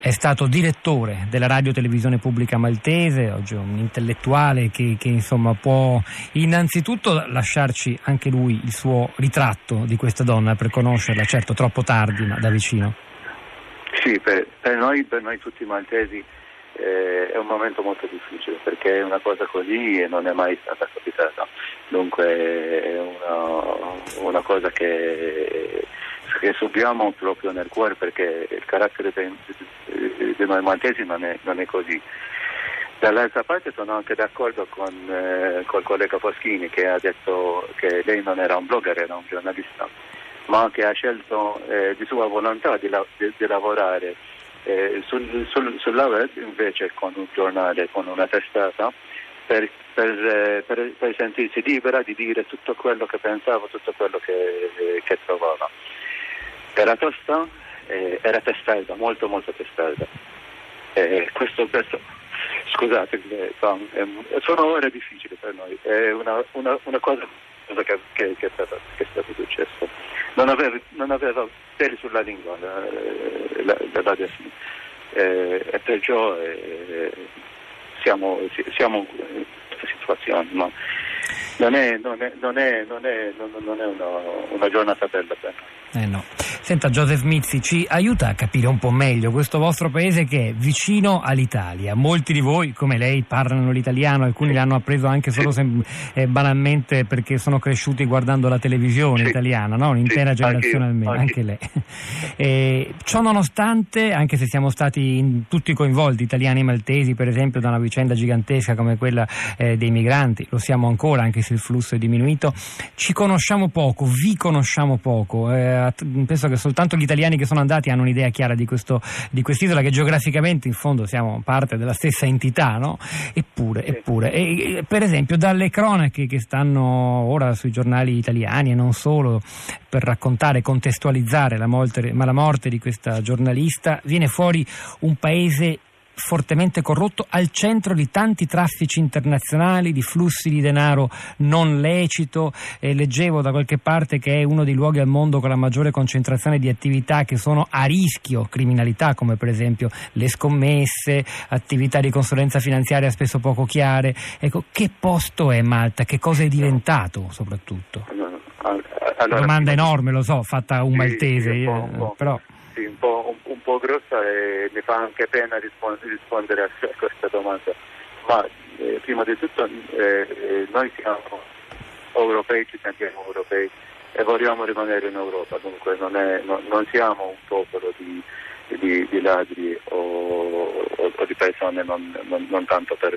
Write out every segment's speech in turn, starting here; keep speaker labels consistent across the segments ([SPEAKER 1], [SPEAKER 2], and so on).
[SPEAKER 1] È stato direttore della Radio Televisione Pubblica Maltese, oggi è un intellettuale che insomma può innanzitutto lasciarci anche lui il suo ritratto di questa donna per conoscerla, certo troppo tardi ma da vicino.
[SPEAKER 2] Sì, per noi tutti maltesi è un momento molto difficile, perché una cosa così non è mai stata capitata, dunque è una cosa che subiamo proprio nel cuore, perché il carattere di noi maltesi non è così. Dall'altra parte sono anche d'accordo con col collega Foschini, che ha detto che lei non era un blogger, era un giornalista, ma che ha scelto di sua volontà di lavorare sulla web invece con un giornale, con una testata, per sentirsi libera di dire tutto quello che pensava, tutto quello che trovava. Era tosta, era testarda, molto molto testarda. Questo scusate, sono ore difficili per noi, è una cosa che è stato successo. Non aveva peli sulla lingua la Desmi, e perciò siamo in questa situazione, ma non è una giornata bella per noi.
[SPEAKER 1] No. Senta, Joseph Mizzi, ci aiuta a capire un po' meglio questo vostro paese che è vicino all'Italia. Molti di voi, come lei, parlano l'italiano, alcuni l'hanno appreso anche solo banalmente perché sono cresciuti guardando la televisione italiana, no? Un'intera generazione almeno, anche lei. Ciò nonostante, anche se siamo stati tutti coinvolti, italiani e maltesi, per esempio, da una vicenda gigantesca come quella dei migranti, lo siamo ancora, anche se il flusso è diminuito, ci conosciamo poco, vi conosciamo poco. Penso che soltanto gli italiani che sono andati hanno un'idea chiara di quest'isola, che geograficamente in fondo siamo parte della stessa entità, no? Eppure. E, per esempio, dalle cronache che stanno ora sui giornali italiani e non solo, per raccontare, contestualizzare la morte di questa giornalista, viene fuori un paese fortemente corrotto, al centro di tanti traffici internazionali, di flussi di denaro non lecito. Leggevo da qualche parte che è uno dei luoghi al mondo con la maggiore concentrazione di attività che sono a rischio criminalità, come per esempio le scommesse, attività di consulenza finanziaria spesso poco chiare. Ecco, che posto è Malta? Che cosa è diventato soprattutto? Allora, domanda enorme, lo so, fatta a un maltese, però...
[SPEAKER 2] Sì, un po' grossa, e mi fa anche pena rispondere a questa domanda, ma prima di tutto noi siamo europei, ci sentiamo europei e vogliamo rimanere in Europa, dunque non siamo un popolo di ladri o di persone non tanto per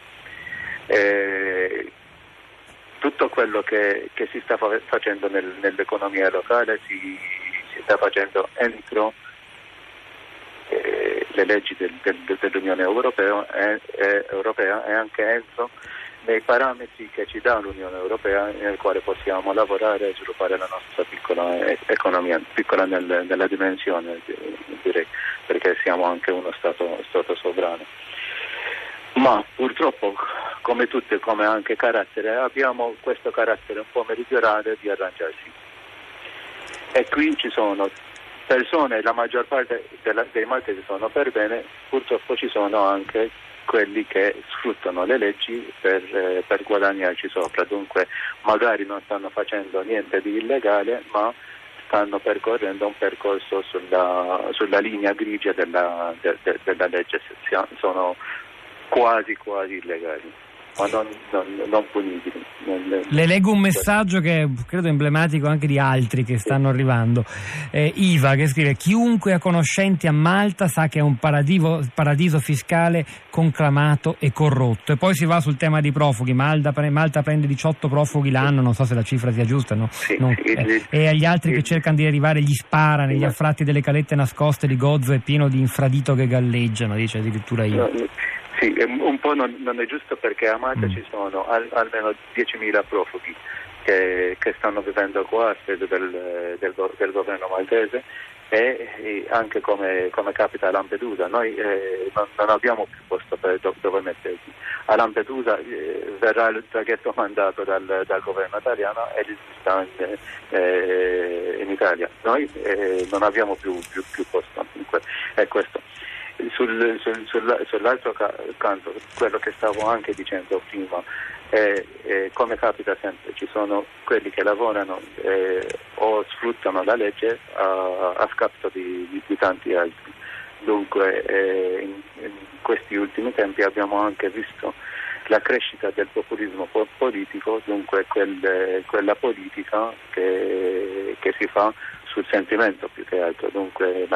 [SPEAKER 2] bene. Tutto quello che si sta facendo nell'economia locale si sta facendo entro le leggi dell'Unione Europea e anche entro nei parametri che ci dà l'Unione Europea, nel quale possiamo lavorare e sviluppare la nostra piccola economia, piccola nella dimensione, direi, perché siamo anche uno stato sovrano. Ma purtroppo, come tutti, come anche carattere, abbiamo questo carattere un po' meridionale di arrangiarsi. E qui ci sono persone, la maggior parte dei maltesi sono per bene, purtroppo ci sono anche quelli che sfruttano le leggi per guadagnarci sopra, dunque magari non stanno facendo niente di illegale, ma stanno percorrendo un percorso sulla linea grigia della legge, sono quasi illegali, ma non punibili.
[SPEAKER 1] Le leggo un messaggio che credo emblematico anche di altri che stanno arrivando. Iva, che scrive: chiunque ha conoscenti a Malta sa che è un paradiso fiscale conclamato e corrotto. E poi si va sul tema dei profughi. Malta prende 18 profughi l'anno, non so se la cifra sia giusta, no? E agli altri che cercano di arrivare gli spara negli affratti delle calette nascoste di Gozo, è pieno di infradito che galleggiano, dice addirittura Iva.
[SPEAKER 2] Sì, un po' non è giusto, perché a Malta ci sono almeno 10.000 profughi che stanno vivendo qua a sede del governo maltese, e anche come capita a Lampedusa. Noi non abbiamo più posto per dove metterci. A Lampedusa verrà il traghetto mandato dal governo italiano e li sta in Italia. Noi non abbiamo più posto, è questo. Sull'altro canto, quello che stavo anche dicendo prima, come capita sempre, ci sono quelli che lavorano o sfruttano la legge a scapito di tanti altri. Dunque in questi ultimi tempi abbiamo anche visto la crescita del populismo politico, dunque quella politica che si fa sul sentimento più che altro, dunque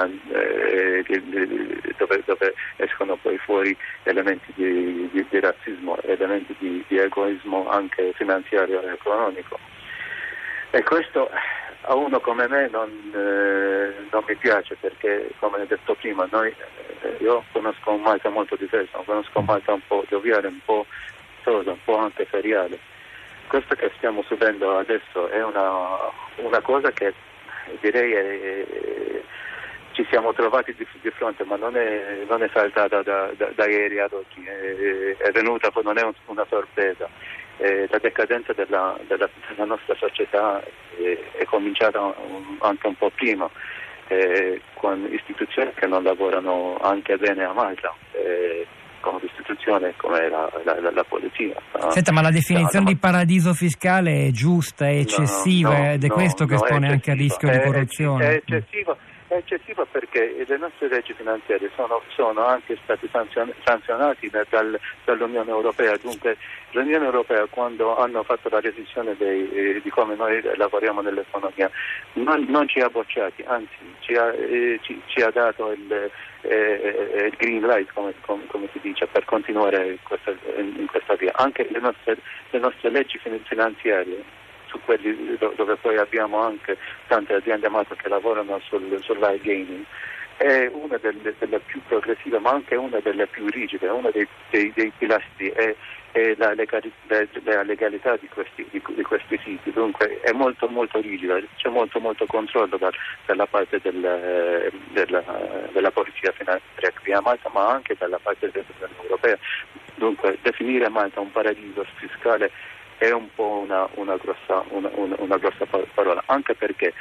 [SPEAKER 2] dove escono poi fuori elementi di razzismo, elementi di egoismo anche finanziario e economico. E questo a uno come me non mi piace, perché, come ho detto prima, io conosco un Malta molto diverso, conosco un Malta un po' gioviale, un po' sosa, un po' anche feriale. Questo che stiamo subendo adesso è una cosa che direi ci siamo trovati di fronte, ma non è saltata da ieri ad oggi, è venuta, non è una sorpresa. La decadenza della nostra società è cominciata anche un po' prima, con istituzioni che non lavorano anche bene a Malta, come l'istituzione come la polizia.
[SPEAKER 1] Senta, ma la definizione di paradiso fiscale è giusta, è eccessiva, ed è questo che espone anche al rischio di corruzione?
[SPEAKER 2] È eccessiva perché le nostre leggi finanziarie sono anche stati sanzionati dall'Unione Europea. Dunque l'Unione Europea, quando hanno fatto la revisione di come noi lavoriamo nell'economia, non ci ha bocciati, anzi ci ha dato il green light, come si dice, per continuare in questa via. Anche le nostre leggi finanziarie, su quelli dove poi abbiamo anche tante aziende amate che lavorano sull'iGaming, è una delle più progressive, ma anche una delle più rigide. Uno dei pilastri è la legalità di questi siti. Dunque è molto molto rigida, c'è molto controllo dalla parte della polizia finanziaria qui a Malta, ma anche dalla parte dell'Unione Europea. Dunque definire Malta un paradiso fiscale è un po' una grossa parola, anche perché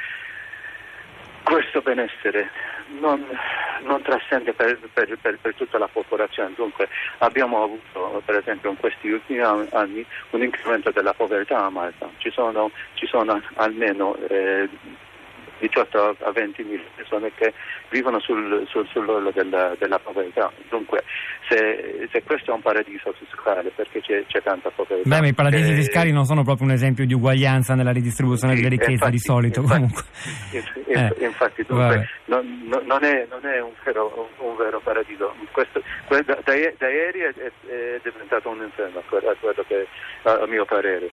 [SPEAKER 2] questo benessere non trascende per tutta la popolazione. Dunque abbiamo avuto, per esempio, in questi ultimi anni un incremento della povertà a Malta. Ci sono almeno 18 a 20 mila persone che vivono sull'orlo della povertà. Dunque se questo è un paradiso fiscale, perché c'è tanta povertà.
[SPEAKER 1] Beh, ma i paradisi fiscali non sono proprio un esempio di uguaglianza nella ridistribuzione delle ricchezze, infatti, di solito. Comunque
[SPEAKER 2] infatti dunque, non è un vero paradiso. Questo, da ieri è diventato un inferno, quello che a mio parere.